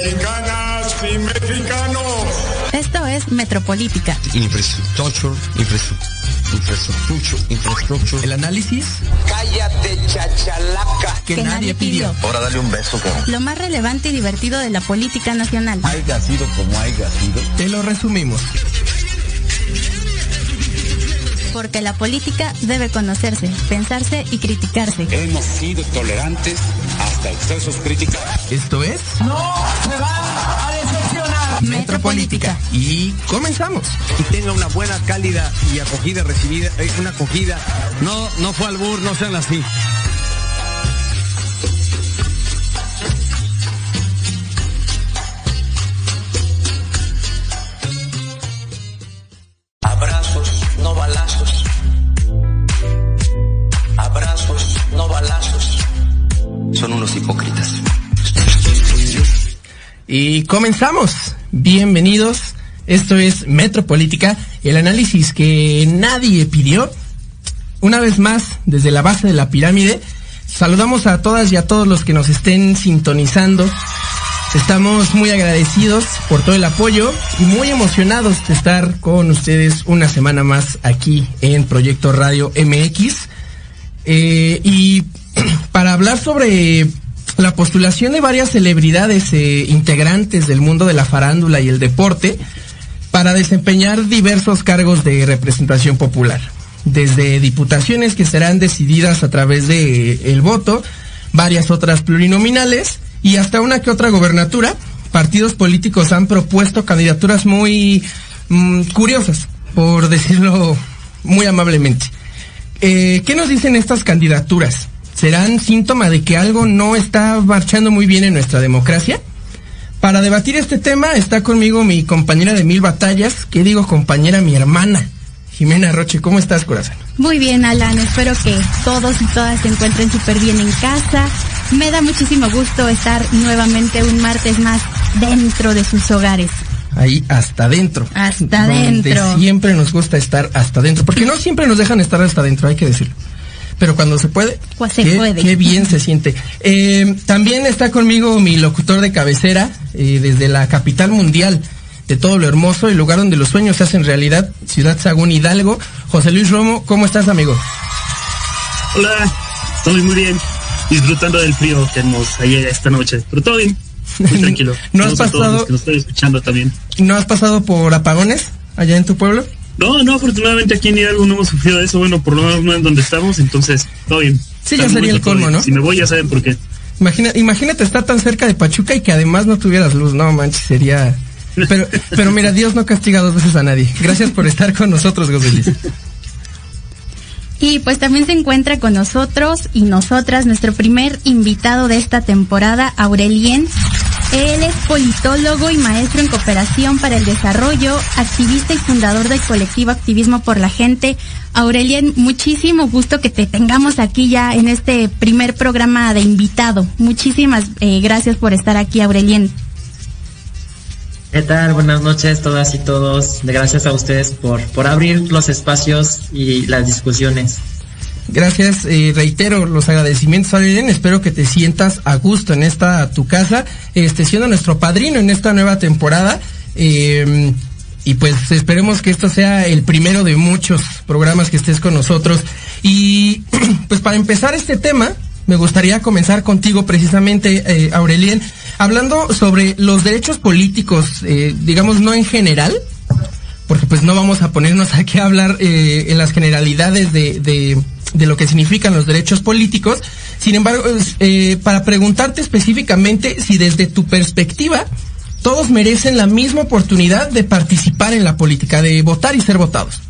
Mexicanas y mexicanos. Esto es Metropolítica. Infrastructure. El análisis. Cállate, chachalaca. Que nadie pidió. Ahora dale un beso, cabrón. Lo más relevante y divertido de la política nacional. Haya sido como haya sido. Te lo resumimos. Porque la política debe conocerse, pensarse y criticarse. Hemos sido tolerantes hasta excesos críticos. Esto es... ¡No se van a decepcionar! Metropolítica. Y comenzamos. Y tenga una buena, cálida y acogida recibida, una acogida. No fue albur, no sean así. Abrazos, no balazos. Abrazos, no balazos. Son unos hipócritas. Y comenzamos. Bienvenidos. Esto es Metropolítica, el análisis que nadie pidió. Una vez más, desde la base de la pirámide, saludamos a todas y a todos los que nos estén sintonizando. Estamos muy agradecidos por todo el apoyo y muy emocionados de estar con ustedes una semana más aquí en Proyecto Radio MX. Y para hablar sobre la postulación de varias celebridades integrantes del mundo de la farándula y el deporte para desempeñar diversos cargos de representación popular, desde diputaciones que serán decididas a través de el voto, varias otras plurinominales y hasta una que otra gobernatura. Partidos políticos han propuesto candidaturas muy curiosas, por decirlo muy amablemente. ¿Qué nos dicen estas candidaturas? ¿Serán síntoma de que algo no está marchando muy bien en nuestra democracia? Para debatir este tema está conmigo mi compañera de mil batallas, ¿qué digo compañera? Mi hermana, Jimena Roche. ¿Cómo estás, corazón? Muy bien, Alan, espero que todos y todas se encuentren súper bien en casa. Me da muchísimo gusto estar nuevamente un martes más dentro de sus hogares. Ahí hasta adentro. Hasta adentro. Siempre nos gusta estar hasta adentro, porque no siempre nos dejan estar hasta adentro, hay que decirlo. Pero cuando se puede, pues se puede. Qué bien se siente. También está conmigo mi locutor de cabecera, desde la capital mundial de todo lo hermoso, el lugar donde los sueños se hacen realidad, Ciudad Sagún, Hidalgo. José Luis Romo, ¿cómo estás, amigo? Hola, estoy muy bien, disfrutando del frío que tenemos ayer esta noche, pero todo bien, muy tranquilo. ¿No has pasado? Los que nos estoy escuchando también. ¿No has pasado por apagones allá en tu pueblo? No, afortunadamente aquí en Hidalgo no hemos sufrido de eso, bueno, por lo menos no en donde estamos, entonces todo bien. Sí, ya sería el colmo, ¿no? Si me voy ya saben por qué. Imagínate estar tan cerca de Pachuca y que además no tuvieras luz, no manches, sería... Pero mira, Dios no castiga dos veces a nadie. Gracias por estar con nosotros, José Luis. Y pues también se encuentra con nosotros y nosotras nuestro primer invitado de esta temporada, Aurelien. Él es politólogo y maestro en cooperación para el desarrollo, activista y fundador del colectivo Activismo por la Gente. Aurelien, muchísimo gusto que te tengamos aquí ya en este primer programa de invitado. Muchísimas gracias por estar aquí, Aurelien. ¿Qué tal? Buenas noches todas y todos. Gracias a ustedes por abrir los espacios y las discusiones. Gracias, reitero los agradecimientos, Aurelien. Espero que te sientas a gusto en esta tu casa, siendo nuestro padrino en esta nueva temporada. Y pues esperemos que esto sea el primero de muchos programas que estés con nosotros. Y pues para empezar este tema, me gustaría comenzar contigo precisamente, Aurelien, hablando sobre los derechos políticos, digamos no en general, porque pues no vamos a ponernos aquí a hablar en las generalidades de lo que significan los derechos políticos. Sin embargo, para preguntarte específicamente si desde tu perspectiva todos merecen la misma oportunidad de participar en la política, de votar y ser votados.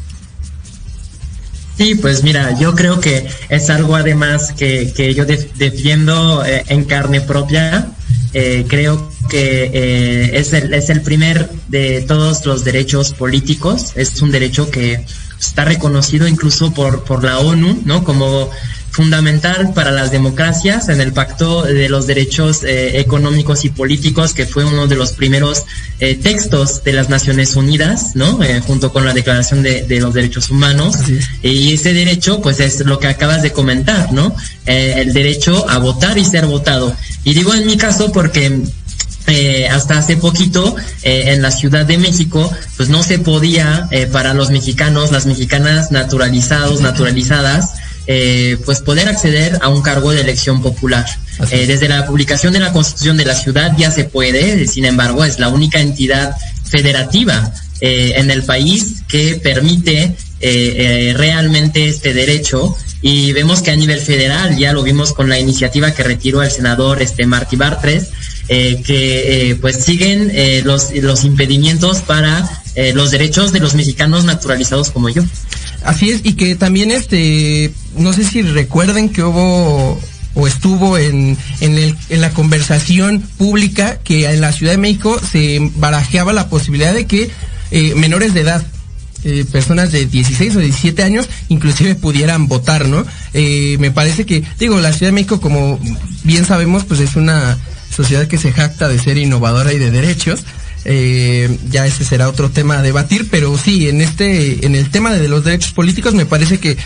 Sí, pues mira, yo creo que es algo además que yo defiendo en carne propia. Creo que es el primer de todos los derechos políticos. Es un derecho que está reconocido incluso por la ONU, ¿no? Como fundamental para las democracias en el Pacto de los Derechos Económicos y Políticos, que fue uno de los primeros textos de las Naciones Unidas, ¿no? Junto con la Declaración de los Derechos Humanos. Sí. Y ese derecho, pues es lo que acabas de comentar, ¿no? El derecho a votar y ser votado. Y digo en mi caso porque hasta hace poquito en la Ciudad de México pues no se podía para los mexicanos, las mexicanas naturalizadas pues poder acceder a un cargo de elección popular. Desde la publicación de la Constitución de la ciudad ya se puede, sin embargo es la única entidad federativa en el país que permite realmente este derecho, y vemos que a nivel federal ya lo vimos con la iniciativa que retiró el senador Martí Bartres, que pues siguen los impedimientos para los derechos de los mexicanos naturalizados como yo. Así es, y que también no sé si recuerden que hubo o estuvo en la conversación pública que en la Ciudad de México se barajeaba la posibilidad de que menores de edad, personas de 16 o 17 años, inclusive pudieran votar, ¿no? Me parece que, la Ciudad de México, como bien sabemos, pues es una sociedad que se jacta de ser innovadora y de derechos. Ya ese será otro tema a debatir, pero sí, en el tema de los derechos políticos me parece que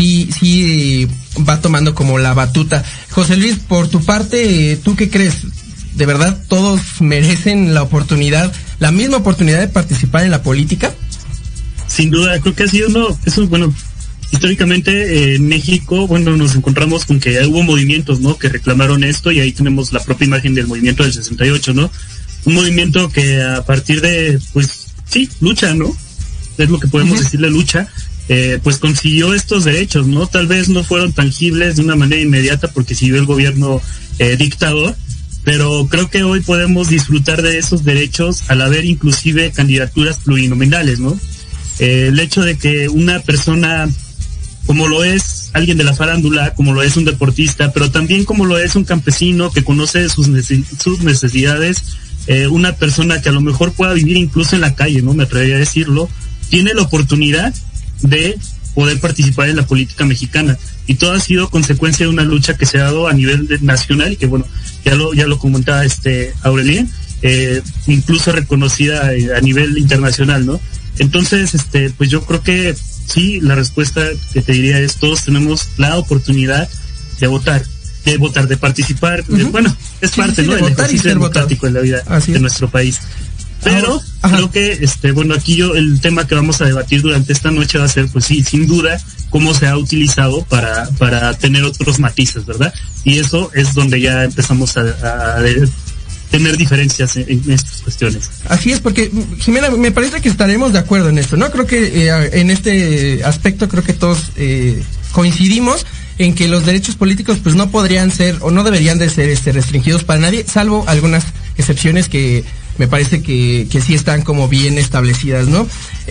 sí va tomando como la batuta. José Luis, por tu parte, ¿tú qué crees? ¿De verdad todos merecen la misma oportunidad de participar en la política? Sin duda, creo que ha sido históricamente en México, nos encontramos con que hubo movimientos, ¿no?, que reclamaron esto, y ahí tenemos la propia imagen del movimiento del 68, ¿no? Un movimiento que a partir de, lucha, ¿no? Es lo que podemos decirle, lucha, pues consiguió estos derechos, ¿no? Tal vez no fueron tangibles de una manera inmediata porque siguió el gobierno dictador, pero creo que hoy podemos disfrutar de esos derechos al haber inclusive candidaturas plurinominales, ¿no? El hecho de que una persona, como lo es alguien de la farándula, como lo es un deportista, pero también como lo es un campesino que conoce sus necesidades, una persona que a lo mejor pueda vivir incluso en la calle, ¿no? Me atrevería a decirlo, tiene la oportunidad de poder participar en la política mexicana, y todo ha sido consecuencia de una lucha que se ha dado a nivel nacional y que ya lo comentaba Aurelien, incluso reconocida a nivel internacional, ¿no? Entonces, pues yo creo que sí, la respuesta que te diría es: todos tenemos la oportunidad de votar, de participar. Es parte, ¿no?, del ejercicio democrático en la vida de nuestro país. Pero creo que, aquí el tema que vamos a debatir durante esta noche va a ser, pues sí, sin duda, cómo se ha utilizado para tener otros matices, ¿verdad? Y eso es donde ya empezamos a tener diferencias en estas cuestiones. Así es, porque, Jimena, me parece que estaremos de acuerdo en esto, ¿no? Creo que en este aspecto creo que todos coincidimos en que los derechos políticos pues no podrían ser o no deberían de ser restringidos para nadie, salvo algunas excepciones que me parece que sí están como bien establecidas, ¿no?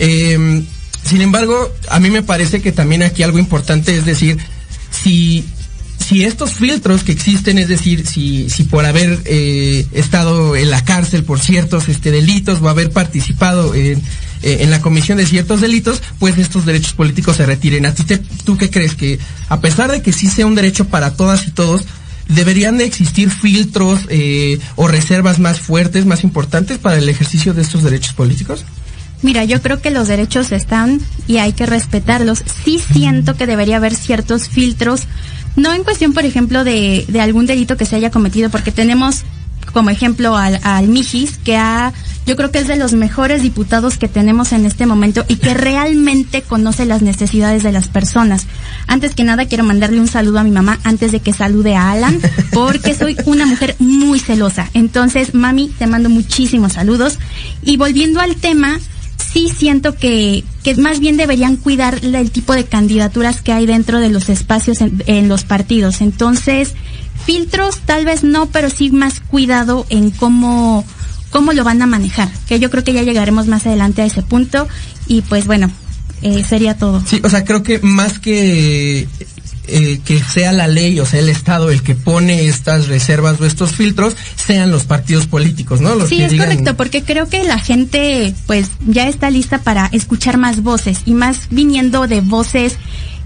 Sin embargo, a mí me parece que también aquí algo importante es decir, si estos filtros que existen, es decir, si por haber estado en la cárcel por ciertos delitos o haber participado en la comisión de ciertos delitos, pues estos derechos políticos se retiren. ¿Tú qué crees? Que a pesar de que sí sea un derecho para todas y todos, ¿deberían de existir filtros o reservas más fuertes, más importantes para el ejercicio de estos derechos políticos? Mira, yo creo que los derechos están y hay que respetarlos. Sí siento que debería haber ciertos filtros, no en cuestión, por ejemplo, de algún delito que se haya cometido, porque tenemos como ejemplo al Mijis, que yo creo que es de los mejores diputados que tenemos en este momento y que realmente conoce las necesidades de las personas. Antes que nada, quiero mandarle un saludo a mi mamá antes de que salude a Alan, porque soy una mujer muy celosa. Entonces, mami, te mando muchísimos saludos. Y volviendo al tema, sí siento que más bien deberían cuidar el tipo de candidaturas que hay dentro de los espacios en los partidos. Entonces, filtros tal vez no, pero sí más cuidado en cómo lo van a manejar, que yo creo que ya llegaremos más adelante a ese punto. Y pues bueno, sería todo. Sí, o sea, creo que más que sea la ley, o sea, el Estado el que pone estas reservas o estos filtros, sean los partidos políticos, ¿no? Los sí, que es correcto, porque creo que la gente pues ya está lista para escuchar más voces, y más viniendo de voces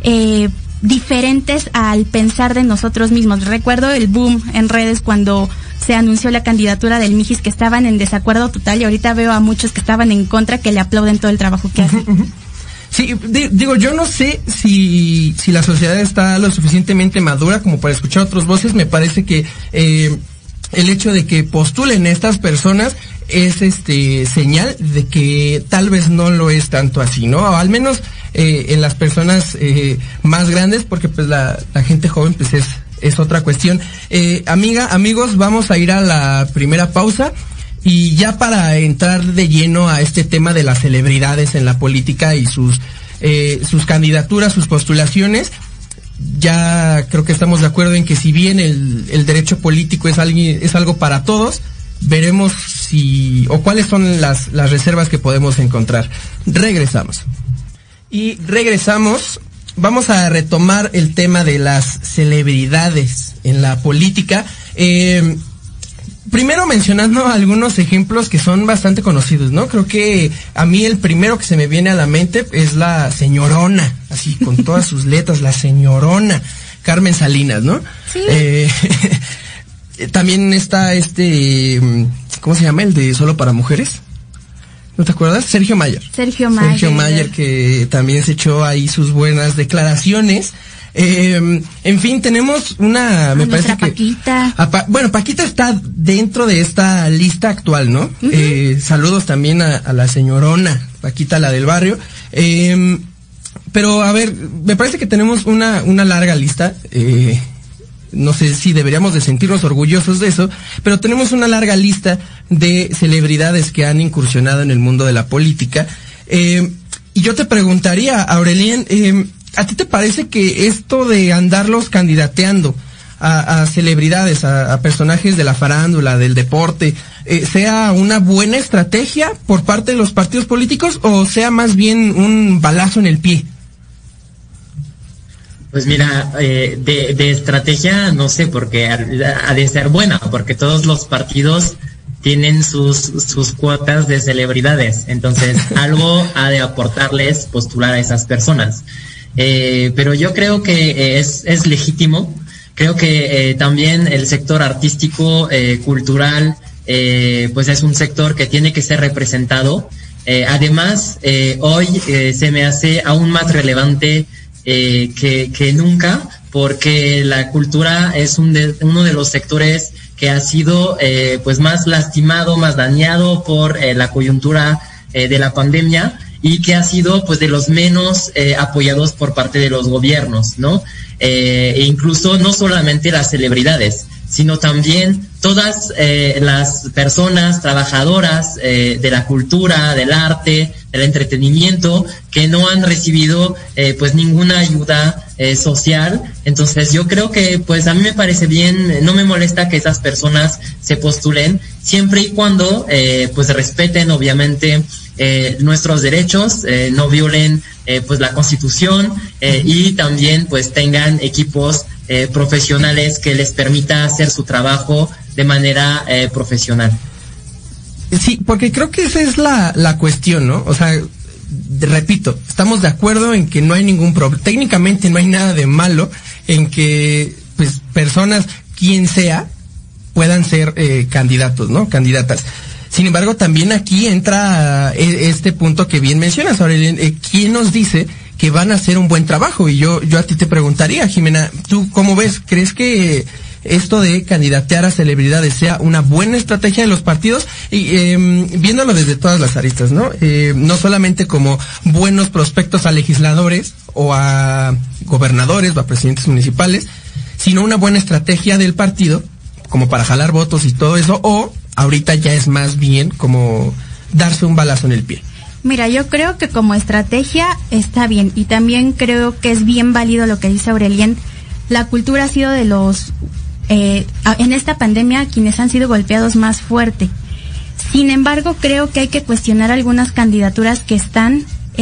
diferentes al pensar de nosotros mismos. Recuerdo el boom en redes cuando se anunció la candidatura del Mijis, que estaban en desacuerdo total, y ahorita veo a muchos que estaban en contra, que le aplauden todo el trabajo que hace. Sí, digo, yo no sé si la sociedad está lo suficientemente madura como para escuchar otras voces. Me parece que el hecho de que postulen estas personas es señal de que tal vez no lo es tanto así, ¿no? O al menos en las personas más grandes, porque pues la gente joven pues es otra cuestión. Amigos, vamos a ir a la primera pausa y ya para entrar de lleno a este tema de las celebridades en la política y sus candidaturas, sus postulaciones. Ya creo que estamos de acuerdo en que si bien el derecho político es algo para todos, veremos cuáles son las reservas que podemos encontrar. Regresamos. Vamos a retomar el tema de las celebridades en la política. Primero mencionando algunos ejemplos que son bastante conocidos, ¿no? Creo que a mí el primero que se me viene a la mente es la señorona, así con todas sus letras, la señorona Carmen Salinas, ¿no? Sí. También está ¿cómo se llama? El de Solo para Mujeres. ¿No te acuerdas? Sergio Mayer, que también se echó ahí sus buenas declaraciones. En fin, tenemos me parece que Paquita. Paquita está dentro de esta lista actual, ¿no? Uh-huh. Saludos también a la señorona Paquita, la del barrio. Pero a ver, me parece que tenemos una larga lista. No sé si deberíamos de sentirnos orgullosos de eso, pero tenemos una larga lista de celebridades que han incursionado en el mundo de la política. Y yo te preguntaría, Aurelien, ¿a ti te parece que esto de andarlos candidateando a celebridades, a personajes de la farándula, del deporte, sea una buena estrategia por parte de los partidos políticos o sea más bien un balazo en el pie? Pues mira, de estrategia no sé, porque ha de ser buena, porque todos los partidos tienen sus cuotas de celebridades, entonces algo ha de aportarles postular a esas personas. Pero yo creo que es legítimo. Creo que también el sector artístico, cultural, pues es un sector que tiene que ser representado. Además, hoy se me hace aún más relevante que nunca, porque la cultura es uno de los sectores que ha sido pues más lastimado, más dañado por la coyuntura de la pandemia, y que ha sido pues de los menos apoyados por parte de los gobiernos, ¿no? E incluso no solamente las celebridades, sino también todas las personas trabajadoras de la cultura, del arte, del entretenimiento, que no han recibido pues ninguna ayuda social. Entonces yo creo que pues a mí me parece bien, no me molesta que esas personas se postulen, siempre y cuando pues respeten obviamente nuestros derechos, no violen pues la Constitución, y también pues tengan equipos profesionales que les permita hacer su trabajo de manera profesional. Sí, porque creo que esa es la cuestión, ¿no? O sea, repito, estamos de acuerdo en que no hay ningún problema, técnicamente no hay nada de malo en que pues personas, quien sea, puedan ser candidatos, ¿no? Candidatas. Sin embargo, también aquí entra este punto que bien mencionas, Aurelien. ¿Quién nos dice que van a hacer un buen trabajo? Y yo a ti te preguntaría, Jimena, ¿tú cómo ves? ¿Crees que esto de candidatear a celebridades sea una buena estrategia de los partidos? Y viéndolo desde todas las aristas, ¿no? No solamente como buenos prospectos a legisladores o a gobernadores o a presidentes municipales, sino una buena estrategia del partido como para jalar votos y todo eso, o ahorita ya es más bien como darse un balazo en el pie. Mira, yo creo que como estrategia está bien, y también creo que es bien válido lo que dice Aurelien. La cultura ha sido de los, en esta pandemia, quienes han sido golpeados más fuerte. Sin embargo, creo que hay que cuestionar algunas candidaturas que están,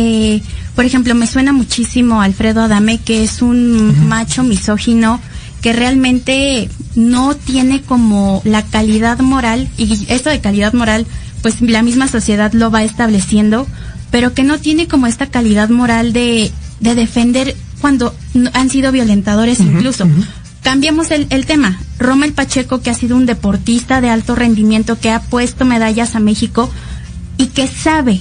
por ejemplo, me suena muchísimo Alfredo Adame, que es un macho misógino, que realmente no tiene como la calidad moral, y esto de calidad moral, pues la misma sociedad lo va estableciendo, pero que no tiene como esta calidad moral de defender cuando han sido violentadores incluso. Cambiamos el tema. Rommel Pacheco, que ha sido un deportista de alto rendimiento, que ha puesto medallas a México y que sabe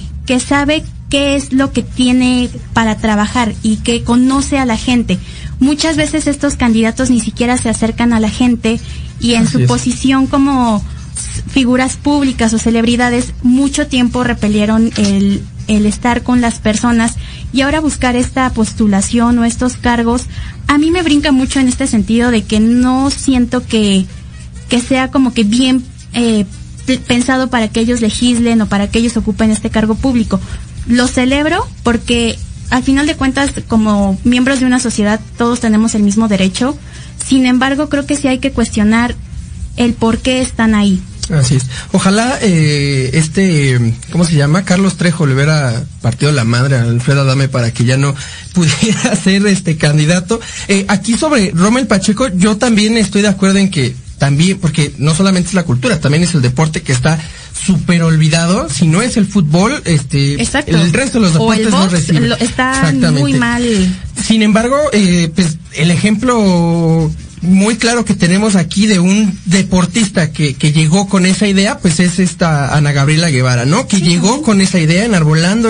qué es lo que tiene para trabajar y que conoce a la gente. Muchas veces estos candidatos ni siquiera se acercan a la gente y en su posición como figuras públicas o celebridades, mucho tiempo repelieron el estar con las personas, y ahora buscar esta postulación o estos cargos, a mí me brinca mucho en este sentido de que no siento que sea como que bien pensado para que ellos legislen o para que ellos ocupen este cargo público. Lo celebro porque al final de cuentas, como miembros de una sociedad, todos tenemos el mismo derecho. Sin embargo, creo que sí hay que cuestionar el por qué están ahí. Así es. Ojalá ¿cómo se llama? Carlos Trejo le hubiera partido la madre a Alfredo Adame para que ya no pudiera ser candidato. Aquí sobre Rommel Pacheco, yo también estoy de acuerdo en que también, porque no solamente es la cultura, también es el deporte que está súper olvidado. Si no es el fútbol, Exacto. El resto de los deportes no reciben. Está muy mal. Sin embargo, pues el ejemplo muy claro que tenemos aquí de un deportista que llegó con esa idea, pues es esta Ana Gabriela Guevara, ¿no? Que llegó con esa idea, enarbolando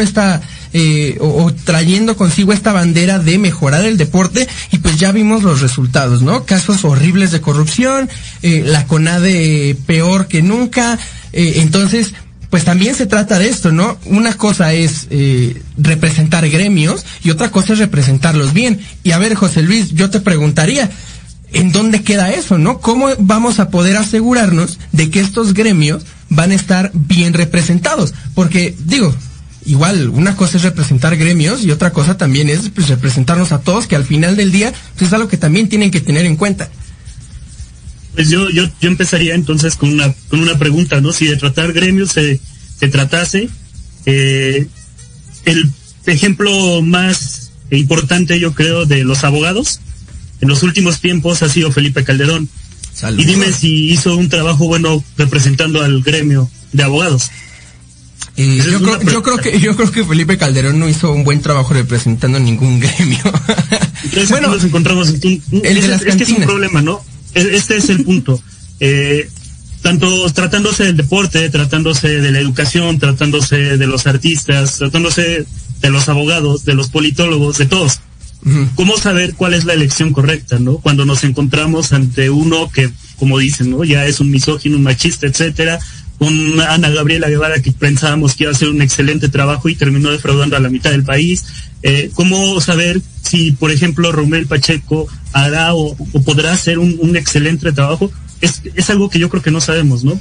o trayendo consigo esta bandera de mejorar el deporte, y pues ya vimos los resultados, ¿no? Casos horribles de corrupción, la CONADE peor que nunca, entonces pues también se trata de esto, ¿no? Una cosa es representar gremios y otra cosa es representarlos bien. Y a ver, José Luis, yo te preguntaría, ¿en dónde queda eso, no? ¿Cómo vamos a poder asegurarnos de que estos gremios van a estar bien representados? Porque, digo, igual, una cosa es representar gremios y otra cosa también es pues representarnos a todos, que al final del día pues, es algo que también tienen que tener en cuenta. Pues yo empezaría entonces con una pregunta, ¿no? Si de tratar gremios se tratase, el ejemplo más importante, yo creo, de los abogados en los últimos tiempos ha sido Felipe Calderón. Saludos. Y dime si hizo un trabajo bueno representando al gremio de abogados. Yo creo que Felipe Calderón no hizo un buen trabajo representando ningún gremio. Entonces bueno, aquí nos encontramos es que es un problema, ¿no? Este es el punto. Tanto tratándose del deporte, tratándose de la educación, tratándose de los artistas, tratándose de los abogados, de los politólogos, de todos. ¿Cómo saber cuál es la elección correcta, no? Cuando nos encontramos ante uno que, como dicen, ¿no? Ya es un misógino, un machista, etcétera, con Ana Gabriela Guevara que pensábamos que iba a hacer un excelente trabajo y terminó defraudando a la mitad del país. ¿Cómo saber si, por ejemplo, Rommel Pacheco hará o podrá hacer un excelente trabajo? Es algo que yo creo que no sabemos, ¿no?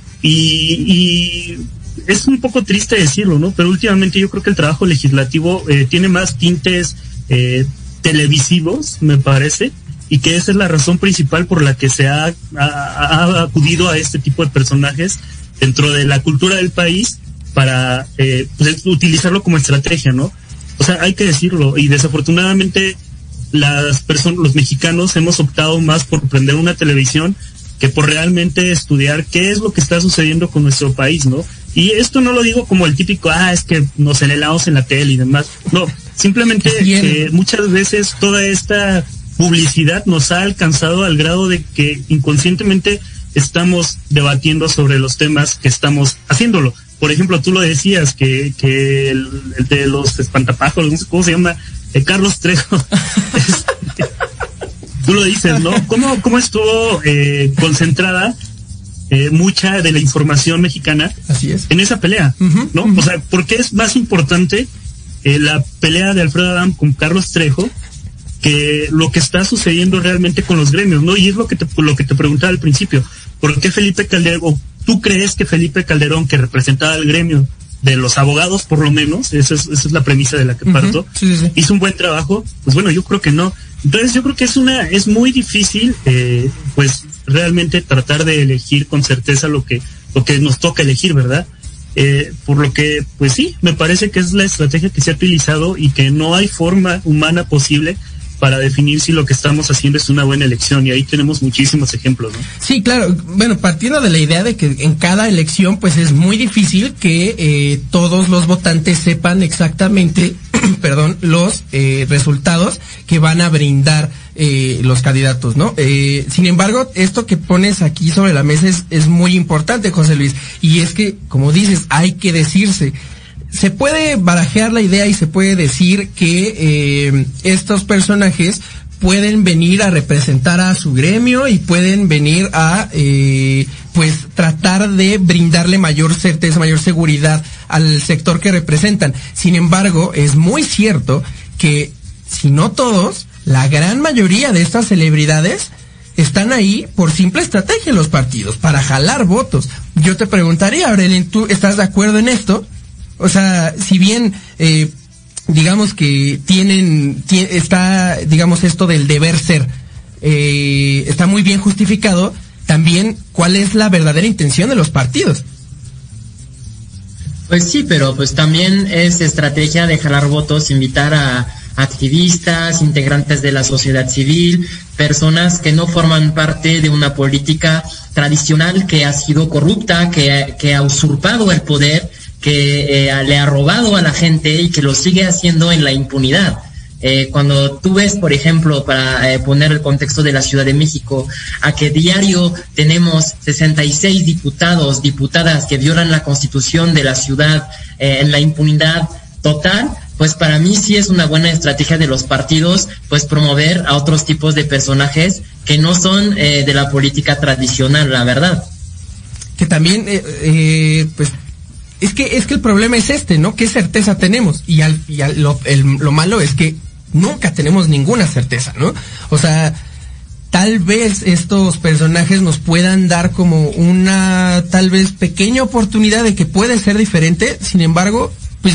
Y es un poco triste decirlo, ¿no? Pero últimamente yo creo que el trabajo legislativo tiene más tintes televisivos, me parece, y que esa es la razón principal por la que se ha acudido a este tipo de personajes dentro de la cultura del país para pues, utilizarlo como estrategia, ¿no? O sea, hay que decirlo, y desafortunadamente los mexicanos hemos optado más por prender una televisión que por realmente estudiar qué es lo que está sucediendo con nuestro país, ¿no? Y esto no lo digo como el típico, es que nos enhelamos en la tele y demás. No, simplemente que muchas veces toda esta publicidad nos ha alcanzado al grado de que inconscientemente estamos debatiendo sobre los temas que estamos haciéndolo. Por ejemplo, tú lo decías, que el de los espantapájaros, no sé cómo se llama, Carlos Trejo. Tú lo dices, ¿no? ¿Cómo estuvo concentrada mucha de la información mexicana Así es. en esa pelea, ¿no? O sea, ¿por qué es más importante la pelea de Alfredo Adame con Carlos Trejo que lo que está sucediendo realmente con los gremios, ¿no? Y es lo que te preguntaba al principio. ¿Por qué Felipe Calderón, tú crees que Felipe Calderón, que representaba al gremio de los abogados, por lo menos, esa es la premisa de la que parto, sí. hizo un buen trabajo? Pues bueno, yo creo que no. Entonces yo creo que es muy difícil, pues realmente tratar de elegir con certeza lo que nos toca elegir, ¿verdad? Por lo que, pues sí, me parece que es la estrategia que se ha utilizado y que no hay forma humana posible para definir si lo que estamos haciendo es una buena elección, y ahí tenemos muchísimos ejemplos, ¿no? Sí, claro. Bueno, partiendo de la idea de que en cada elección pues es muy difícil que todos los votantes sepan exactamente los resultados que van a brindar los candidatos, ¿no? Sin embargo, esto que pones aquí sobre la mesa es muy importante, José Luis, y es que, como dices, hay que decirse. Se puede barajear la idea y se puede decir que estos personajes pueden venir a representar a su gremio y pueden venir a pues tratar de brindarle mayor certeza, mayor seguridad al sector que representan. Sin embargo, es muy cierto que, si no todos, la gran mayoría de estas celebridades están ahí por simple estrategia en los partidos, para jalar votos. Yo te preguntaría, Aurelien, ¿tú estás de acuerdo en esto? O sea, si bien digamos que está, digamos, esto del deber ser, está muy bien justificado, también, ¿cuál es la verdadera intención de los partidos? Pues sí, pero pues también es estrategia de jalar votos, invitar a activistas, integrantes de la sociedad civil, personas que no forman parte de una política tradicional que ha sido corrupta, que ha usurpado el poder, que le ha robado a la gente y que lo sigue haciendo en la impunidad. Cuando tú ves, por ejemplo, para poner el contexto de la Ciudad de México, a que diario tenemos 66 diputados, diputadas que violan la Constitución de la ciudad en la impunidad total, pues para mí sí es una buena estrategia de los partidos, pues promover a otros tipos de personajes que no son de la política tradicional, la verdad. Que también, pues, es que el problema es este, ¿no? ¿Qué certeza tenemos? Y lo malo es que nunca tenemos ninguna certeza, ¿no? O sea, tal vez estos personajes nos puedan dar como una, tal vez, pequeña oportunidad de que puede ser diferente. Sin embargo, pues,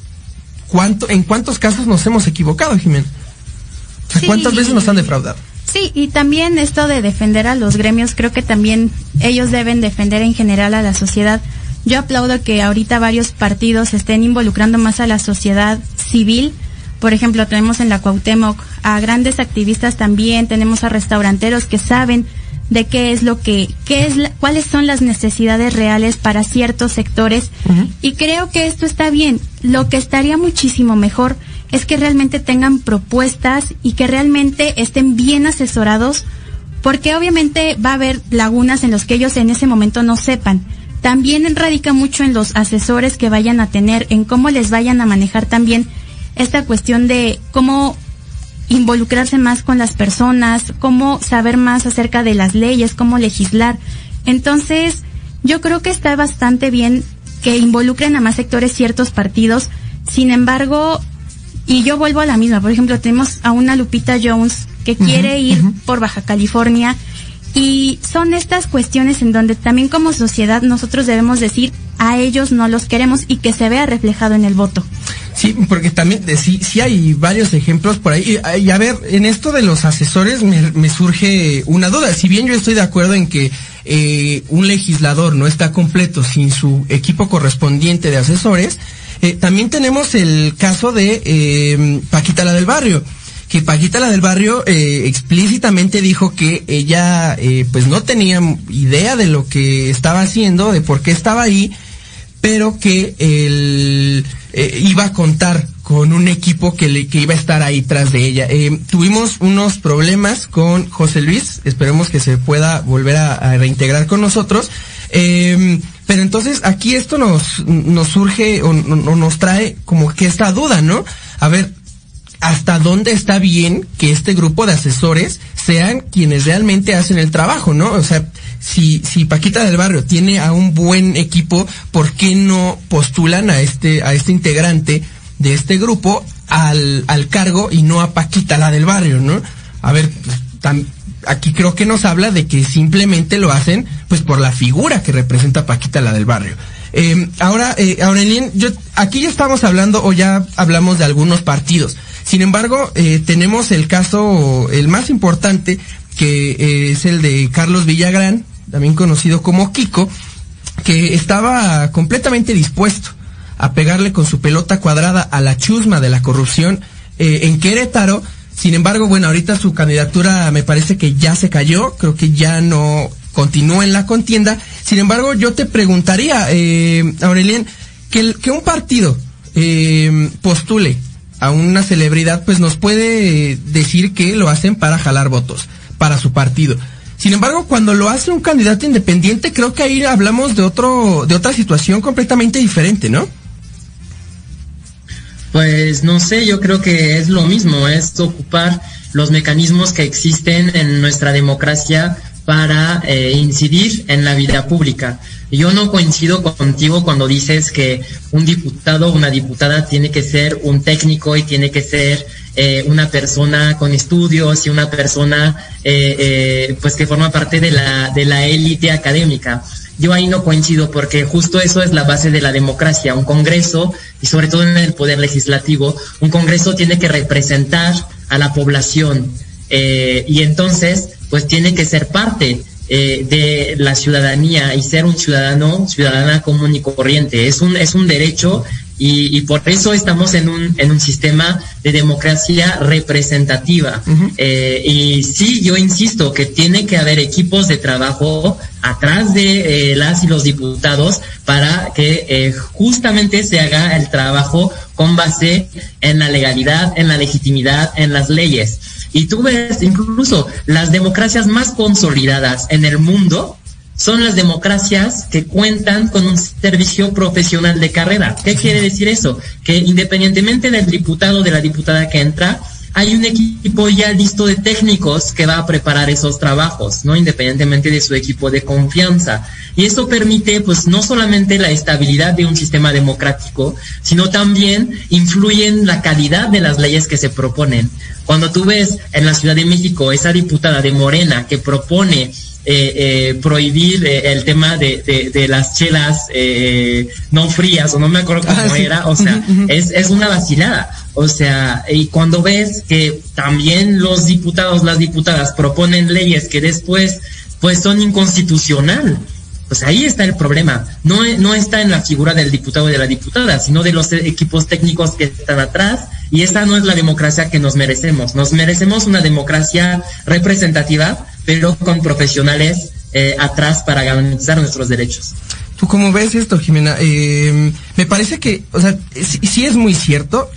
¿en cuántos casos nos hemos equivocado, Jimena? O sea, ¿cuántas veces nos han defraudado? Sí, y también esto de defender a los gremios, creo que también ellos deben defender en general a la sociedad. Yo aplaudo que ahorita varios partidos estén involucrando más a la sociedad civil. Por ejemplo, tenemos en la Cuauhtémoc a grandes activistas también, tenemos a restauranteros que saben de cuáles son las necesidades reales para ciertos sectores. Uh-huh. Y creo que esto está bien. Lo que estaría muchísimo mejor es que realmente tengan propuestas y que realmente estén bien asesorados, porque obviamente va a haber lagunas en los que ellos en ese momento no sepan. También radica mucho en los asesores que vayan a tener, en cómo les vayan a manejar también esta cuestión de cómo involucrarse más con las personas, cómo saber más acerca de las leyes, cómo legislar. Entonces, yo creo que está bastante bien que involucren a más sectores ciertos partidos. Sin embargo, y yo vuelvo a la misma, por ejemplo, tenemos a una Lupita Jones que quiere ir por Baja California, y son estas cuestiones en donde también como sociedad nosotros debemos decir a ellos no los queremos y que se vea reflejado en el voto. Sí, porque también sí hay varios ejemplos por ahí. Y a ver, en esto de los asesores me surge una duda. Si bien yo estoy de acuerdo en que un legislador no está completo sin su equipo correspondiente de asesores, también tenemos el caso de Paquita la del Barrio. Que Paquita la del Barrio explícitamente dijo que ella pues no tenía idea de lo que estaba haciendo, de por qué estaba ahí, pero que iba a contar con un equipo que iba a estar ahí tras de ella. Tuvimos unos problemas con José Luis, esperemos que se pueda volver a reintegrar con nosotros, pero entonces aquí esto nos surge o nos trae como que esta duda, ¿no? A ver, ¿hasta dónde está bien que este grupo de asesores sean quienes realmente hacen el trabajo, ¿no? O sea, si Paquita del Barrio tiene a un buen equipo, ¿por qué no postulan a este integrante de este grupo al cargo y no a Paquita la del Barrio, ¿no? A ver, aquí creo que nos habla de que simplemente lo hacen pues por la figura que representa Paquita la del Barrio. Ahora, Aurelien, aquí ya estamos hablando o ya hablamos de algunos partidos. Sin embargo, tenemos el caso, el más importante, que es el de Carlos Villagrán, también conocido como Kiko, que estaba completamente dispuesto a pegarle con su pelota cuadrada a la chusma de la corrupción en Querétaro. Sin embargo, bueno, ahorita su candidatura me parece que ya se cayó, creo que ya no continúa en la contienda. Sin embargo, yo te preguntaría, Aurelien, que un partido postule a una celebridad, pues nos puede decir que lo hacen para jalar votos para su partido. Sin embargo, cuando lo hace un candidato independiente, creo que ahí hablamos de otra situación completamente diferente, ¿no? Pues no sé, yo creo que es lo mismo, es ocupar los mecanismos que existen en nuestra democracia para incidir en la vida pública. Yo no coincido contigo cuando dices que un diputado o una diputada tiene que ser un técnico y tiene que ser una persona con estudios y una persona pues que forma parte de la élite académica. Yo ahí no coincido, porque justo eso es la base de la democracia. Un Congreso, y sobre todo en el Poder Legislativo, un Congreso tiene que representar a la población, y entonces pues tiene que ser parte de la ciudadanía y ser un ciudadana común y corriente. Es un derecho, y por eso estamos en un sistema de democracia representativa. Y sí, yo insisto que tiene que haber equipos de trabajo atrás de las y los diputados para que justamente se haga el trabajo con base en la legalidad, en la legitimidad, en las leyes. Y tú ves, incluso las democracias más consolidadas en el mundo son las democracias que cuentan con un servicio profesional de carrera. ¿Qué quiere decir eso? Que independientemente del diputado o de la diputada que entra, hay un equipo ya listo de técnicos que va a preparar esos trabajos, ¿no? Independientemente de su equipo de confianza. Y eso permite, pues, no solamente la estabilidad de un sistema democrático, sino también influye en la calidad de las leyes que se proponen. Cuando tú ves en la Ciudad de México esa diputada de Morena que propone prohibir el tema de las chelas no frías, o no me acuerdo cómo era, o sea, es una vacilada. O sea, y cuando ves que también los diputados, las diputadas proponen leyes que después pues son inconstitucional, pues ahí está el problema. No está en la figura del diputado o de la diputada, sino de los equipos técnicos que están atrás, y esa no es la democracia que nos merecemos. Nos merecemos una democracia representativa, pero con profesionales atrás para garantizar nuestros derechos. ¿Tú cómo ves esto, Jimena? Me parece que, o sea, sí es muy cierto,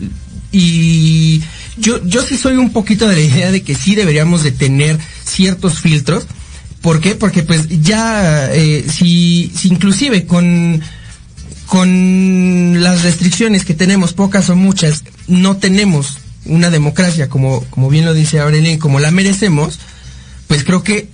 y yo sí soy un poquito de la idea de que sí deberíamos de tener ciertos filtros. ¿Por qué? Porque pues ya, si inclusive con las restricciones que tenemos, pocas o muchas, no tenemos una democracia como bien lo dice Aurelien, como la merecemos, pues creo que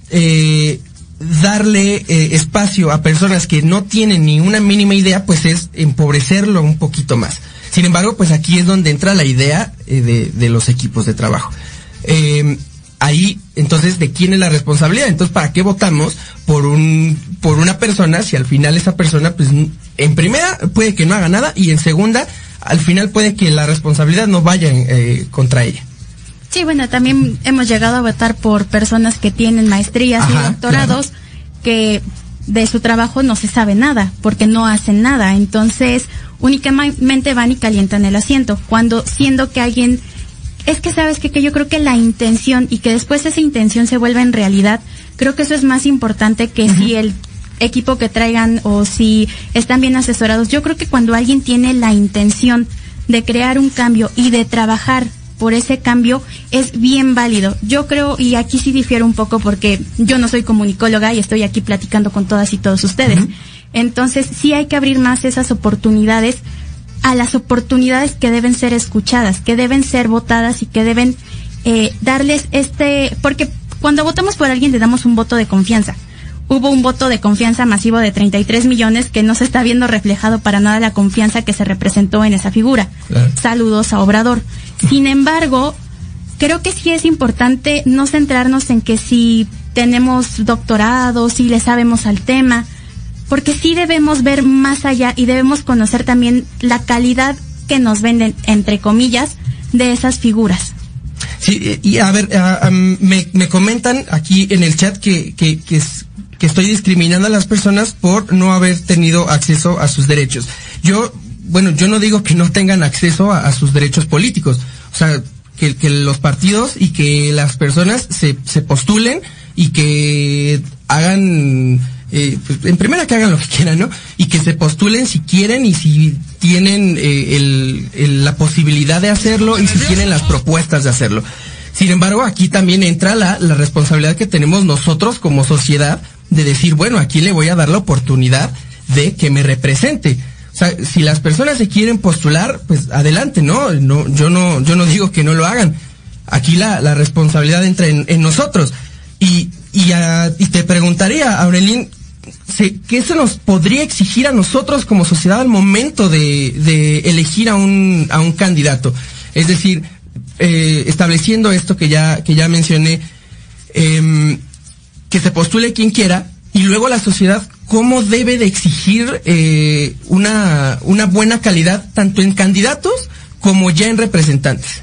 darle espacio a personas que no tienen ni una mínima idea, pues es empobrecerlo un poquito más. Sin embargo, pues aquí es donde entra la idea de los equipos de trabajo. Ahí, entonces, ¿de quién es la responsabilidad? Entonces, ¿para qué votamos por una persona si al final esa persona, pues, en primera puede que no haga nada, y en segunda, al final puede que la responsabilidad no vaya contra ella? Sí, bueno, también hemos llegado a votar por personas que tienen maestrías y doctorados, claro, que de su trabajo no se sabe nada, porque no hacen nada. Entonces, únicamente van y calientan el asiento, siendo que alguien... Es que sabes que yo creo que la intención, y que después esa intención se vuelva en realidad, creo que eso es más importante que si el equipo que traigan o si están bien asesorados. Yo creo que cuando alguien tiene la intención de crear un cambio y de trabajar por ese cambio, es bien válido. Yo creo, y aquí sí difiero un poco porque yo no soy comunicóloga y estoy aquí platicando con todas y todos ustedes. Entonces sí hay que abrir más esas oportunidades, a las oportunidades que deben ser escuchadas, que deben ser votadas y que deben darles porque cuando votamos por alguien le damos un voto de confianza. Hubo un voto de confianza masivo de 33 millones que no se está viendo reflejado para nada la confianza que se representó en esa figura. Claro. Saludos a Obrador. Sin embargo, creo que sí es importante no centrarnos en que si tenemos doctorados, si le sabemos al tema, porque sí debemos ver más allá y debemos conocer también la calidad que nos venden, entre comillas, de esas figuras. Sí, y a ver, me comentan aquí en el chat que estoy discriminando a las personas por no haber tenido acceso a sus derechos. Yo no digo que no tengan acceso a sus derechos políticos. O sea, que los partidos y que las personas se postulen y que hagan... pues en primera que hagan lo que quieran, ¿no? Y que se postulen si quieren y si tienen la posibilidad de hacerlo y si tienen las propuestas de hacerlo. Sin embargo, aquí también entra la responsabilidad que tenemos nosotros como sociedad de decir, bueno, aquí le voy a dar la oportunidad de que me represente. O sea, si las personas se quieren postular, pues adelante, ¿no? Yo no digo que no lo hagan. aquí la responsabilidad entra en nosotros. Y te preguntaría, Aurelien, ¿qué se nos podría exigir a nosotros como sociedad al momento de elegir a un candidato? Es decir, estableciendo esto que ya mencioné, que se postule quien quiera, y luego la sociedad, ¿cómo debe de exigir una buena calidad tanto en candidatos como ya en representantes?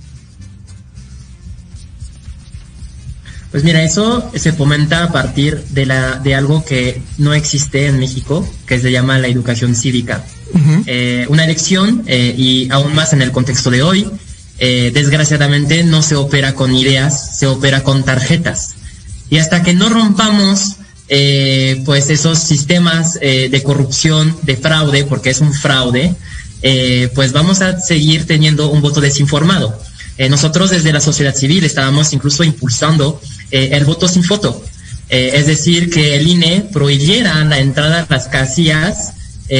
Pues mira, eso se fomenta a partir de algo que no existe en México, que se llama la educación cívica. Uh-huh. Una elección, y aún más en el contexto de hoy, desgraciadamente no se opera con ideas, se opera con tarjetas. Y hasta que no rompamos pues esos sistemas de corrupción, de fraude, porque es un fraude, pues vamos a seguir teniendo un voto desinformado. Nosotros desde la sociedad civil estábamos incluso impulsando el voto sin foto, es decir, que el INE prohibiera la entrada a las casillas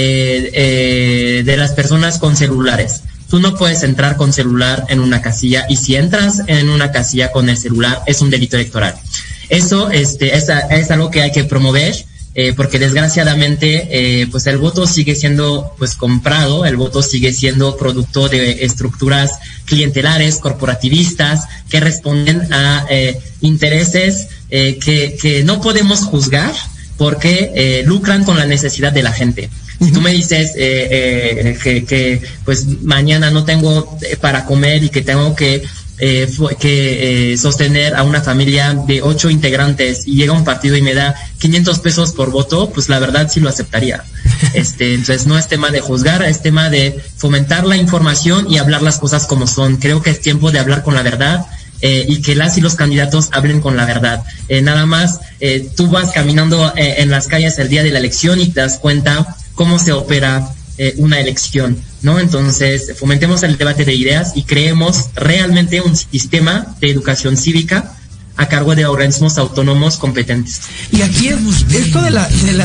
de las personas con celulares. Tú no puedes entrar con celular en una casilla, y si entras en una casilla con el celular es un delito electoral. Eso es algo que hay que promover, porque desgraciadamente pues el voto sigue siendo pues comprado, el voto sigue siendo producto de estructuras clientelares, corporativistas, que responden a intereses que no podemos juzgar porque lucran con la necesidad de la gente. Si tú me dices que pues mañana no tengo para comer y que tengo que sostener a una familia de 8 integrantes, y llega un partido y me da 500 pesos por voto, pues la verdad sí lo aceptaría. Entonces no es tema de juzgar, es tema de fomentar la información y hablar las cosas como son. Creo que es tiempo de hablar con la verdad, y que las y los candidatos hablen con la verdad. Nada más, tú vas caminando en las calles el día de la elección y te das cuenta cómo se opera una elección, ¿no? Entonces, fomentemos el debate de ideas y creemos realmente un sistema de educación cívica a cargo de organismos autónomos competentes. Y aquí esto de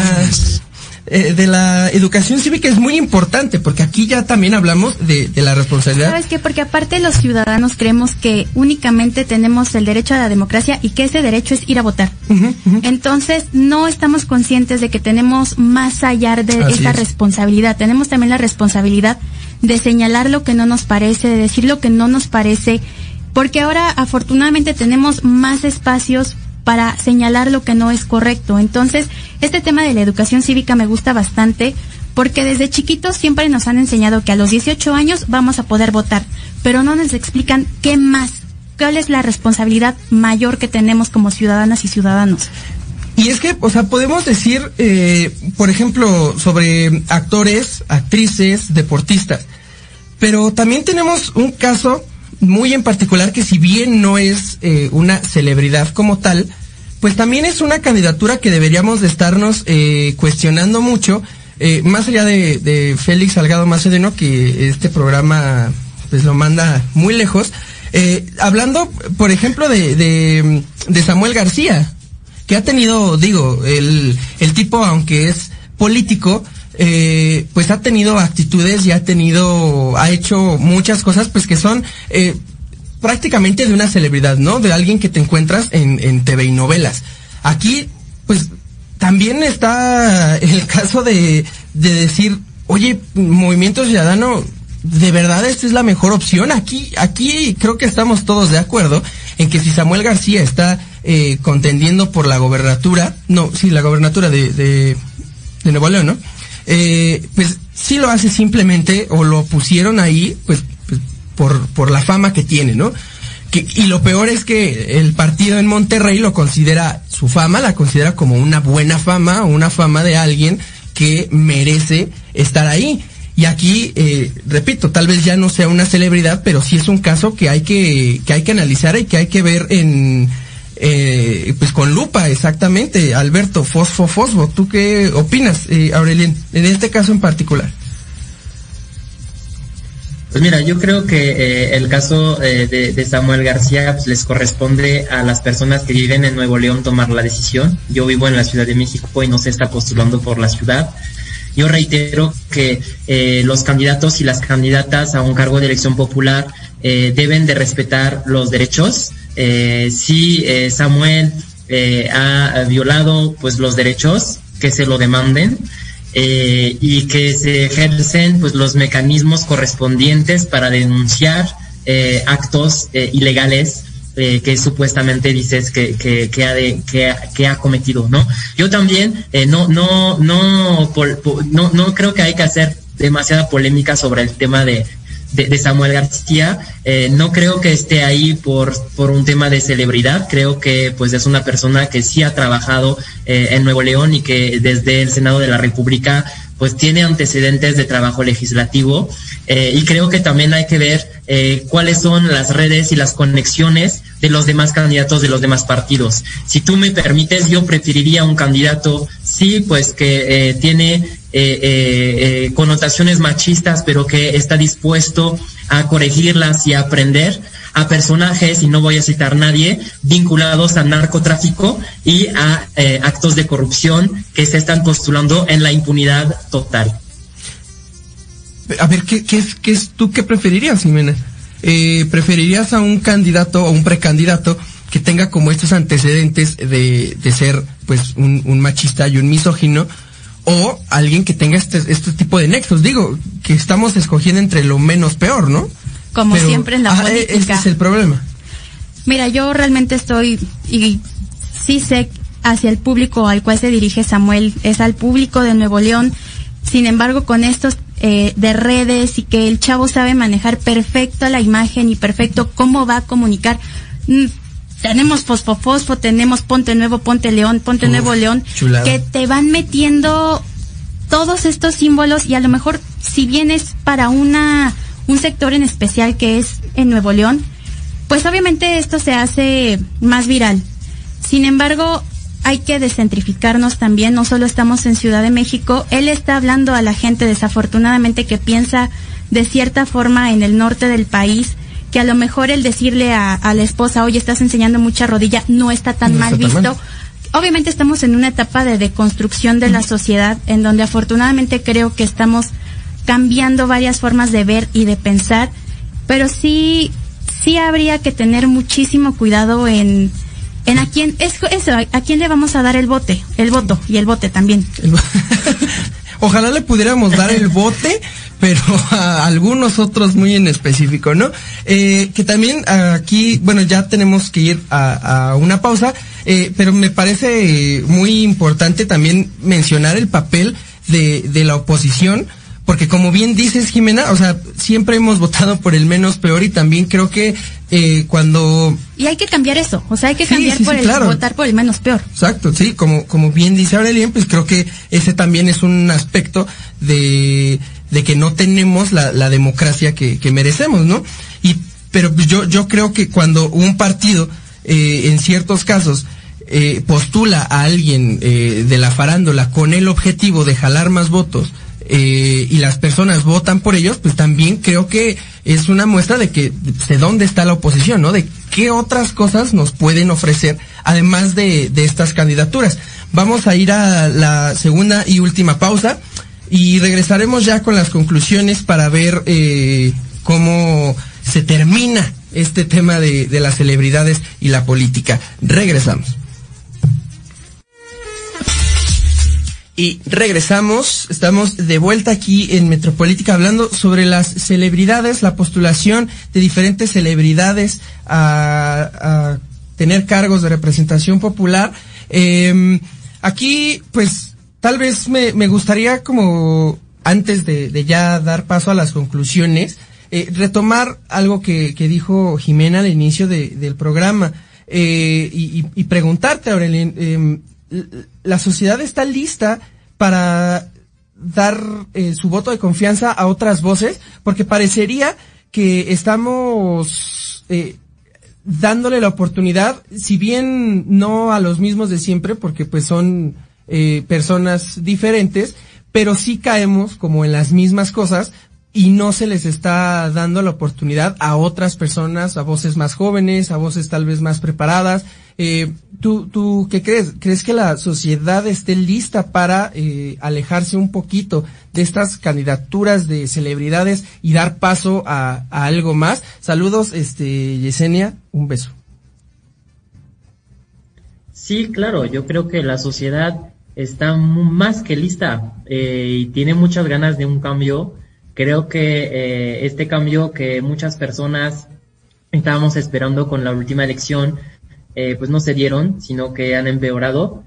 la educación cívica es muy importante, porque aquí ya también hablamos de la responsabilidad. ¿Sabes qué? Porque aparte los ciudadanos creemos que únicamente tenemos el derecho a la democracia y que ese derecho es ir a votar. Uh-huh, uh-huh. Entonces no estamos conscientes de que tenemos más allá de esa responsabilidad. Tenemos también la responsabilidad de señalar lo que no nos parece, de decir lo que no nos parece, porque ahora afortunadamente tenemos más espacios para señalar lo que no es correcto. Entonces, este tema de la educación cívica me gusta bastante, porque desde chiquitos siempre nos han enseñado que a los 18 años vamos a poder votar, pero no nos explican qué más, cuál es la responsabilidad mayor que tenemos como ciudadanas y ciudadanos. Y es que, o sea, podemos decir, por ejemplo, sobre actores, actrices, deportistas, pero también tenemos un caso muy en particular que, si bien no es una celebridad como tal, pues también es una candidatura que deberíamos de estarnos cuestionando mucho, más allá de Félix Salgado Macedonio, que este programa pues lo manda muy lejos, hablando, por ejemplo, de Samuel García, que ha tenido, digo, el tipo, aunque es político, pues ha tenido actitudes y ha hecho muchas cosas pues que son prácticamente de una celebridad, ¿no? De alguien que te encuentras en TV y novelas. Aquí pues también está el caso de decir, oye, Movimiento Ciudadano, de verdad esta es la mejor opción. Aquí creo que estamos todos de acuerdo en que si Samuel García está contendiendo por la gobernatura, la gobernatura de Nuevo León, ¿no? Pues sí lo hace simplemente, o lo pusieron ahí pues por la fama que tiene, ¿no? Y lo peor es que el partido en Monterrey lo considera, su fama la considera como una buena fama, o una fama de alguien que merece estar ahí. Y aquí, repito, tal vez ya no sea una celebridad, pero sí es un caso que hay que analizar y que hay que ver pues con lupa, exactamente. Alberto, Fosfo, ¿tú qué opinas, Aurelien, en este caso en particular? Pues mira, yo creo que el caso de Samuel García pues les corresponde a las personas que viven en Nuevo León tomar la decisión. Yo vivo en la Ciudad de México y no se está postulando por la ciudad. Yo reitero que los candidatos y las candidatas a un cargo de elección popular deben de respetar los derechos. Si Samuel ha violado pues los derechos, que se lo demanden, y que se ejercen pues los mecanismos correspondientes para denunciar actos ilegales que supuestamente dices que ha cometido, ¿no? Yo también no creo que hay que hacer demasiada polémica sobre el tema de Samuel García. No creo que esté ahí por un tema de celebridad. Creo que pues es una persona que sí ha trabajado en Nuevo León y que desde el Senado de la República pues tiene antecedentes de trabajo legislativo, y creo que también hay que ver cuáles son las redes y las conexiones de los demás candidatos de los demás partidos. Si tú me permites, yo preferiría un candidato, sí, pues que tiene connotaciones machistas, pero que está dispuesto a corregirlas y a aprender, a personajes, y no voy a citar nadie, vinculados al narcotráfico y a actos de corrupción que se están postulando en la impunidad total. A ver, ¿tú qué preferirías, Jimena? ¿Preferirías a un candidato o un precandidato que tenga como estos antecedentes de ser pues un machista y un misógino, o alguien que tenga este tipo de nexos? Digo, que estamos escogiendo entre lo menos peor, ¿no? Como siempre en la política. Este es el problema. Mira, yo realmente estoy, y sí sé hacia el público al cual se dirige Samuel, es al público de Nuevo León. Sin embargo, con estos de redes, y que el chavo sabe manejar perfecto la imagen y perfecto cómo va a comunicar. Tenemos Fosfo, tenemos Ponte Nuevo, Ponte León, Ponte Nuevo León, chulada, que te van metiendo todos estos símbolos, y a lo mejor si bien es para un sector en especial que es en Nuevo León, pues obviamente esto se hace más viral. Sin embargo, hay que descentrificarnos también, no solo estamos en Ciudad de México. Él está hablando a la gente, desafortunadamente, que piensa de cierta forma en el norte del país, que a lo mejor el decirle a la esposa, oye, estás enseñando mucha rodilla, no está tan mal visto. Obviamente estamos en una etapa de deconstrucción de la sociedad, en donde afortunadamente creo que estamos cambiando varias formas de ver y de pensar, pero sí habría que tener muchísimo cuidado en a quién a quién le vamos a dar el voto y el bote también. Ojalá le pudiéramos dar el bote, pero a algunos otros muy en específico, ¿no? Que también aquí, bueno, ya tenemos que ir a una pausa, pero me parece muy importante también mencionar el papel de la oposición, porque como bien dices, Jimena, o sea, siempre hemos votado por el menos peor, y también creo que cuando... Y hay que cambiar eso, o sea, hay que cambiar claro, votar por el menos peor. Exacto, sí, como bien dice Aurelien, pues creo que ese también es un aspecto de que no tenemos la democracia que merecemos, ¿no? Pero yo creo que cuando un partido, en ciertos casos, postula a alguien de la farándula con el objetivo de jalar más votos, y las personas votan por ellos, pues también creo que es una muestra de dónde está la oposición, ¿no? De qué otras cosas nos pueden ofrecer, además de estas candidaturas. Vamos a ir a la segunda y última pausa, y regresaremos ya con las conclusiones para ver cómo se termina este tema de las celebridades y la política. Regresamos. Y regresamos, estamos de vuelta aquí en Metropolítica hablando sobre las celebridades, la postulación de diferentes celebridades a tener cargos de representación popular. Aquí, pues, tal vez me gustaría, como antes de ya dar paso a las conclusiones, retomar algo que dijo Jimena al inicio del programa, y preguntarte, Aurelien, la sociedad está lista para dar su voto de confianza a otras voces, porque parecería que estamos dándole la oportunidad, si bien no a los mismos de siempre, porque pues son personas diferentes, pero sí caemos como en las mismas cosas, y no se les está dando la oportunidad a otras personas, a voces más jóvenes, a voces tal vez más preparadas, ¿Tú qué crees? ¿Crees que la sociedad esté lista para alejarse un poquito de estas candidaturas de celebridades y dar paso a algo más? Saludos, Yesenia, un beso. Sí, claro, yo creo que la sociedad está más que lista y tiene muchas ganas de un cambio. Creo que este cambio que muchas personas estábamos esperando con la última elección, pues no se dieron, sino que han empeorado,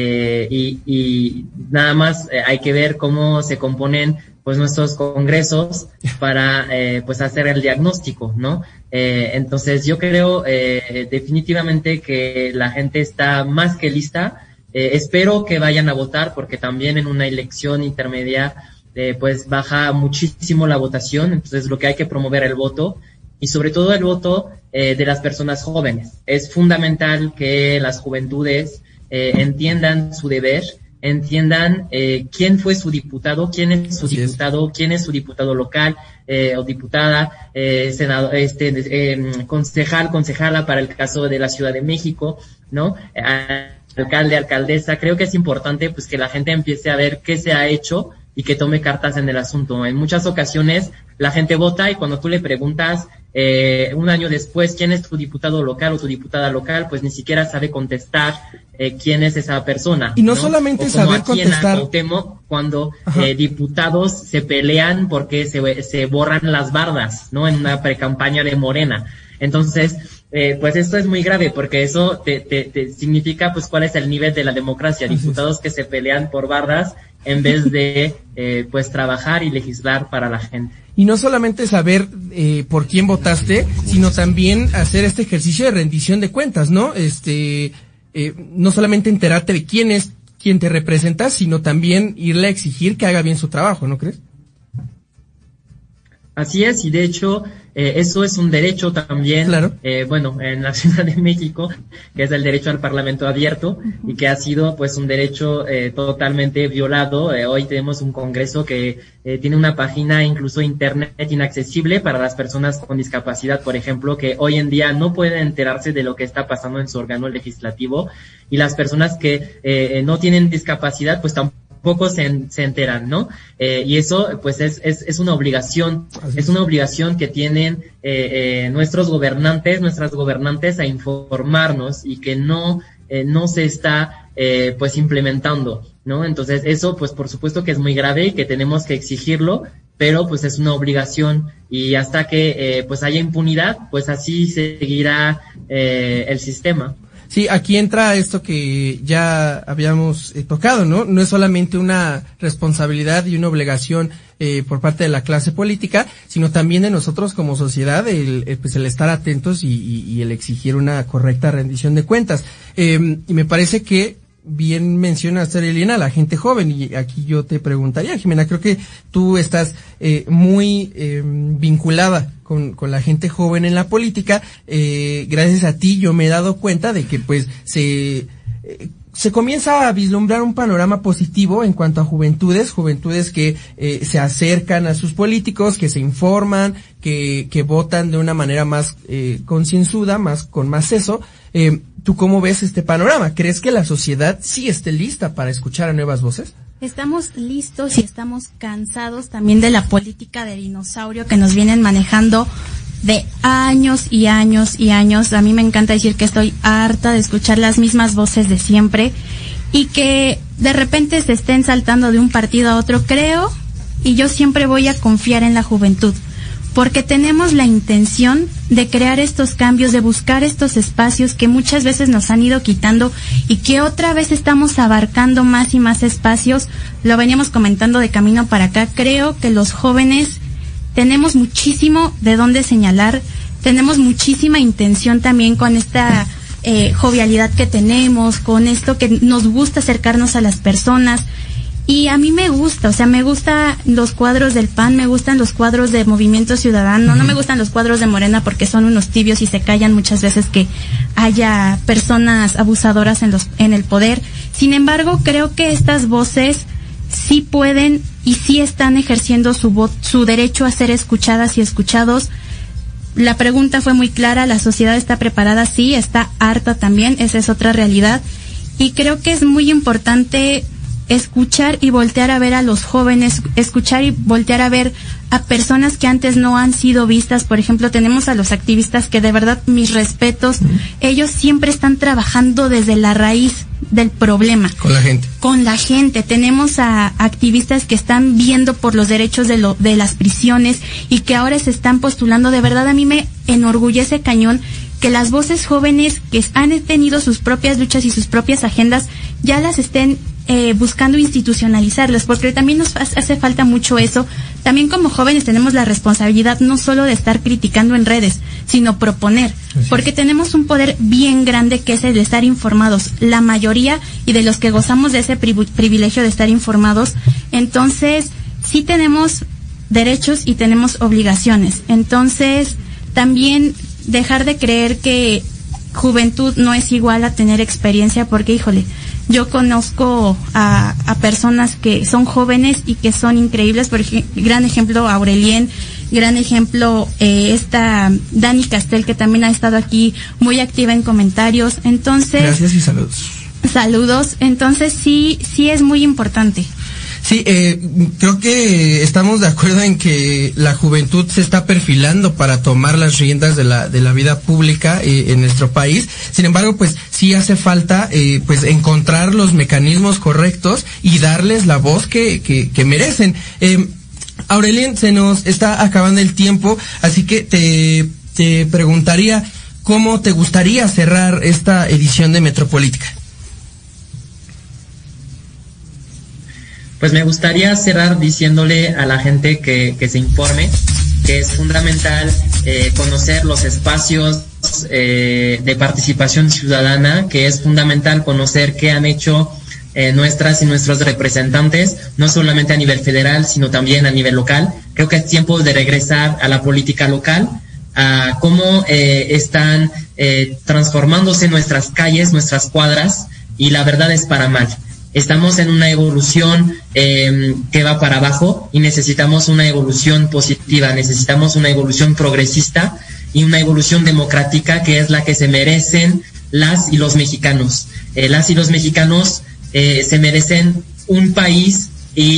y nada más hay que ver cómo se componen pues nuestros congresos para pues hacer el diagnóstico, ¿no? Entonces yo creo definitivamente que la gente está más que lista. Espero que vayan a votar, porque también en una elección intermedia pues baja muchísimo la votación. Entonces lo que hay que promover el voto, y sobre todo el voto de las personas jóvenes. Es fundamental que las juventudes entiendan su deber, entiendan quién fue su diputado, quién es su diputado, quién es su diputado local o diputada, senador, concejala para el caso de la Ciudad de México, ¿no? Alcalde, alcaldesa. Creo que es importante pues que la gente empiece a ver qué se ha hecho y que tome cartas en el asunto. En muchas ocasiones la gente vota y cuando tú le preguntas un año después quién es tu diputado local o tu diputada local, pues ni siquiera sabe contestar quién es esa persona. Y no solamente saber contestar. Cuando diputados se pelean porque se borran las bardas, ¿no? En una precampaña de Morena. Entonces, pues esto es muy grave, porque eso te significa pues cuál es el nivel de la democracia. Diputados que se pelean por bardas en vez de pues trabajar y legislar para la gente. Y no solamente saber por quién votaste, sino también hacer este ejercicio de rendición de cuentas, ¿no? No solamente enterarte de quién es quien te representa, sino también irle a exigir que haga bien su trabajo, ¿no crees? Así es, y de hecho eso es un derecho también, claro. Bueno, en la Ciudad de México, que es el derecho al Parlamento abierto, y que ha sido pues un derecho totalmente violado. Hoy tenemos un Congreso que tiene una página, incluso internet, inaccesible para las personas con discapacidad, por ejemplo, que hoy en día no pueden enterarse de lo que está pasando en su órgano legislativo, y las personas que no tienen discapacidad pues tampoco se enteran, ¿no? Y eso pues es una obligación, que tienen nuestros gobernantes, nuestras gobernantes, a informarnos, y que no se está pues implementando, ¿no? Entonces eso pues por supuesto que es muy grave y que tenemos que exigirlo, pero pues es una obligación, y hasta que pues haya impunidad, pues así seguirá el sistema. Sí, aquí entra esto que ya habíamos tocado, ¿no? No es solamente una responsabilidad y una obligación por parte de la clase política, sino también de nosotros como sociedad, el estar atentos y el exigir una correcta rendición de cuentas. Y me parece que bien mencionaste, Elena, la gente joven, y aquí yo te preguntaría, Jimena, creo que tú estás muy vinculada con la gente joven en la política. Gracias a ti yo me he dado cuenta de que pues se comienza a vislumbrar un panorama positivo en cuanto a juventudes que se acercan a sus políticos, que se informan, que votan de una manera más concienzuda, con más seso. ¿Tú cómo ves este panorama? ¿Crees que la sociedad sí esté lista para escuchar a nuevas voces? Estamos listos y estamos cansados también de la política de dinosaurio que nos vienen manejando de años y años y años. A mí me encanta decir que estoy harta de escuchar las mismas voces de siempre, y que de repente se estén saltando de un partido a otro. Creo, y yo siempre voy a confiar en la juventud, porque tenemos la intención de crear estos cambios, de buscar estos espacios que muchas veces nos han ido quitando, y que otra vez estamos abarcando más y más espacios. Lo veníamos comentando de camino para acá. Creo que los jóvenes tenemos muchísimo de dónde señalar, tenemos muchísima intención también con esta jovialidad que tenemos, con esto que nos gusta acercarnos a las personas. Y a mí me gusta, me gustan los cuadros del PAN, me gustan los cuadros de Movimiento Ciudadano, no me gustan los cuadros de Morena porque son unos tibios y se callan muchas veces que haya personas abusadoras en el poder. Sin embargo, creo que estas voces sí pueden y sí están ejerciendo su derecho a ser escuchadas y escuchados. la pregunta fue muy clara, la sociedad está preparada, sí, está harta también, esa es otra realidad. Y creo que es muy importante escuchar y voltear a ver a los jóvenes, escuchar y voltear a ver a personas que antes no han sido vistas. Por ejemplo, tenemos a los activistas que de verdad mis respetos, ellos siempre están trabajando desde la raíz del problema. Con la gente. Tenemos a activistas que están viendo por los derechos de las prisiones y que ahora se están postulando. De verdad a mí me enorgullece cañón que las voces jóvenes que han tenido sus propias luchas y sus propias agendas ya las estén buscando institucionalizarlas, porque también nos hace falta mucho eso. También como jóvenes tenemos la responsabilidad no solo de estar criticando en redes, sino proponer, porque tenemos un poder bien grande que es el de estar informados, la mayoría, y de los que gozamos de ese privilegio de estar informados. Entonces, sí tenemos derechos y tenemos obligaciones. Entonces, también dejar de creer que juventud no es igual a tener experiencia, porque, híjole, yo conozco a personas que son jóvenes y que son increíbles. Por ejemplo, gran ejemplo Aurelien, gran ejemplo esta Dani Castel, que también ha estado aquí muy activa en comentarios. Entonces, gracias y saludos. Saludos. Entonces sí es muy importante. Sí, creo que estamos de acuerdo en que la juventud se está perfilando para tomar las riendas de la vida pública en nuestro país. Sin embargo, pues sí hace falta pues encontrar los mecanismos correctos y darles la voz que merecen. Aurelien, se nos está acabando el tiempo, así que te preguntaría cómo te gustaría cerrar esta edición de Metropolítica. Pues me gustaría cerrar diciéndole a la gente que se informe, que es fundamental conocer los espacios de participación ciudadana, que es fundamental conocer qué han hecho nuestras y nuestros representantes, no solamente a nivel federal, sino también a nivel local. Creo que es tiempo de regresar a la política local, a cómo están transformándose nuestras calles, nuestras cuadras, y la verdad es para mal. Estamos en una evolución que va para abajo y necesitamos una evolución positiva, necesitamos una evolución progresista y una evolución democrática, que es la que se merecen las y los mexicanos. Las y los mexicanos se merecen un país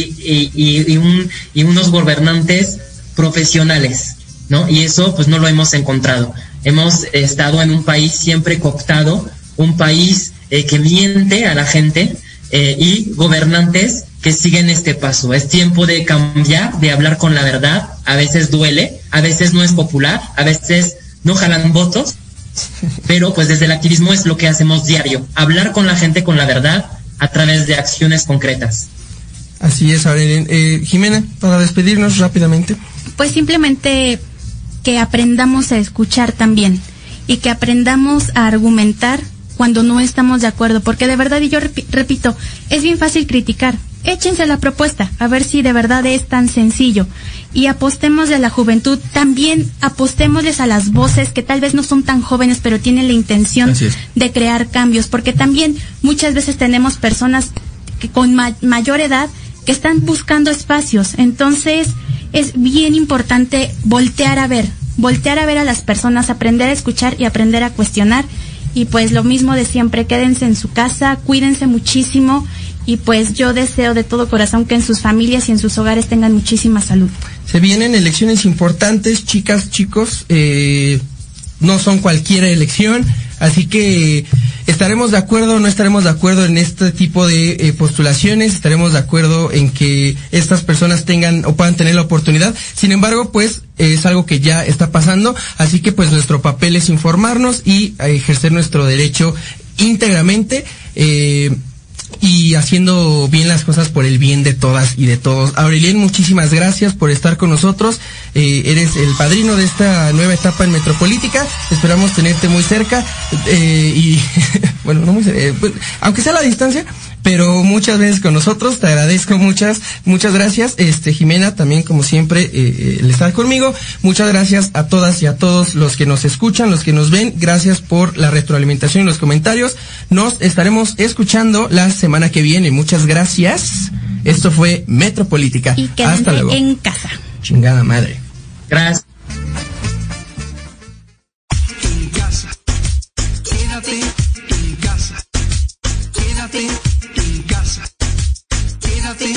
y unos gobernantes profesionales, ¿no? Y eso pues no lo hemos encontrado. Hemos estado en un país siempre cooptado, un país que miente a la gente, y gobernantes que siguen este paso. Es tiempo de cambiar, de hablar con la verdad. A veces duele, a veces no es popular, a veces no jalan votos, pero pues desde el activismo es lo que hacemos diario, hablar con la gente con la verdad a través de acciones concretas. Así es, Aurelien. Jimena, para despedirnos rápidamente. Pues simplemente que aprendamos a escuchar también y que aprendamos a argumentar cuando no estamos de acuerdo, porque de verdad, y yo repito, es bien fácil criticar. Échense la propuesta, a ver si de verdad es tan sencillo. Y apostemos de la juventud, también apostémosles a las voces que tal vez no son tan jóvenes, pero tienen la intención de crear cambios, porque también muchas veces tenemos personas que con mayor edad que están buscando espacios. Entonces es bien importante voltear a ver a las personas, aprender a escuchar y aprender a cuestionar. Y pues lo mismo de siempre, quédense en su casa, cuídense muchísimo, y pues yo deseo de todo corazón que en sus familias y en sus hogares tengan muchísima salud. Se vienen elecciones importantes, chicas, chicos, no son cualquier elección, así que estaremos de acuerdo o no estaremos de acuerdo en este tipo de postulaciones, estaremos de acuerdo en que estas personas tengan o puedan tener la oportunidad. Sin embargo, pues es algo que ya está pasando, así que pues nuestro papel es informarnos y ejercer nuestro derecho íntegramente, y haciendo bien las cosas por el bien de todas y de todos. Aurelien, muchísimas gracias por estar con nosotros. Eres el padrino de esta nueva etapa en Metropolítica. Esperamos tenerte muy cerca, y bueno, no muy cerca, aunque sea a la distancia, pero muchas veces con nosotros. Te agradezco, muchas gracias. Jimena, también como siempre, el estar conmigo. Muchas gracias a todas y a todos los que nos escuchan, los que nos ven. Gracias por la retroalimentación y los comentarios. Nos estaremos escuchando la semana que viene. Muchas gracias. Esto fue Metropolítica. Y quédense hasta luego. En casa. Chingada madre. Gracias.